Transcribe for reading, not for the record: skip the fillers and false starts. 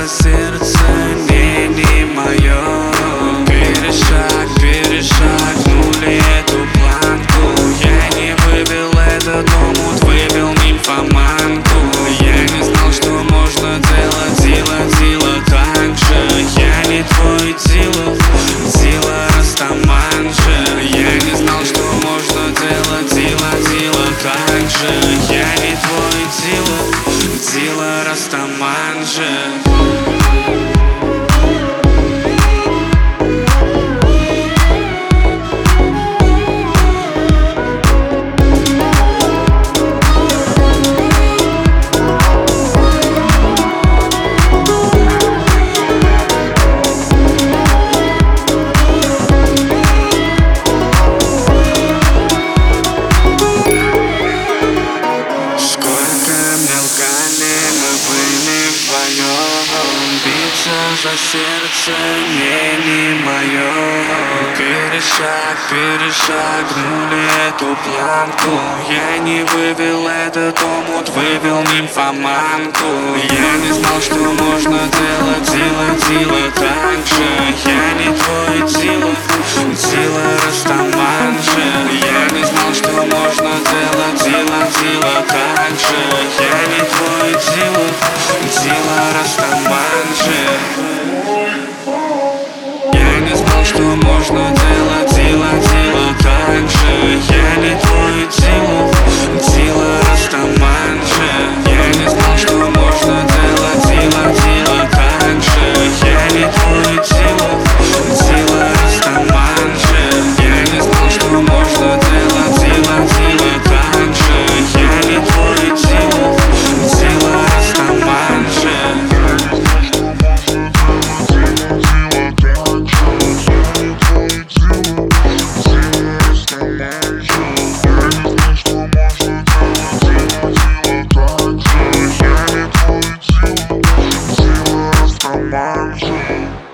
сердце не мое. Перешагнули эту планку. Я не вывел этот омут, вывел нимфоманку. Я не знал, что можно делать так же. Я не твой Дила Растаман же. Я не знал, что можно делать так же. Я не твой Дила Растаман же. Биться за сердце не мое. Перешагнули эту планку. Я не вывел этот омут, вывел нимфоманку. Я не знал, что можно делать так же. Я не твой Дила Растаман же. Я не знал, что можно делать так же. Я не твой Дила Растаман же. Я не знал, что можно делать так же. Я не твой Дила Растаман же. Я не знал, что можно делать так же. Я не твой Дила Растаман же. Я не знал, что можно делать так же. Я не твой Дила Растаман же. Come on.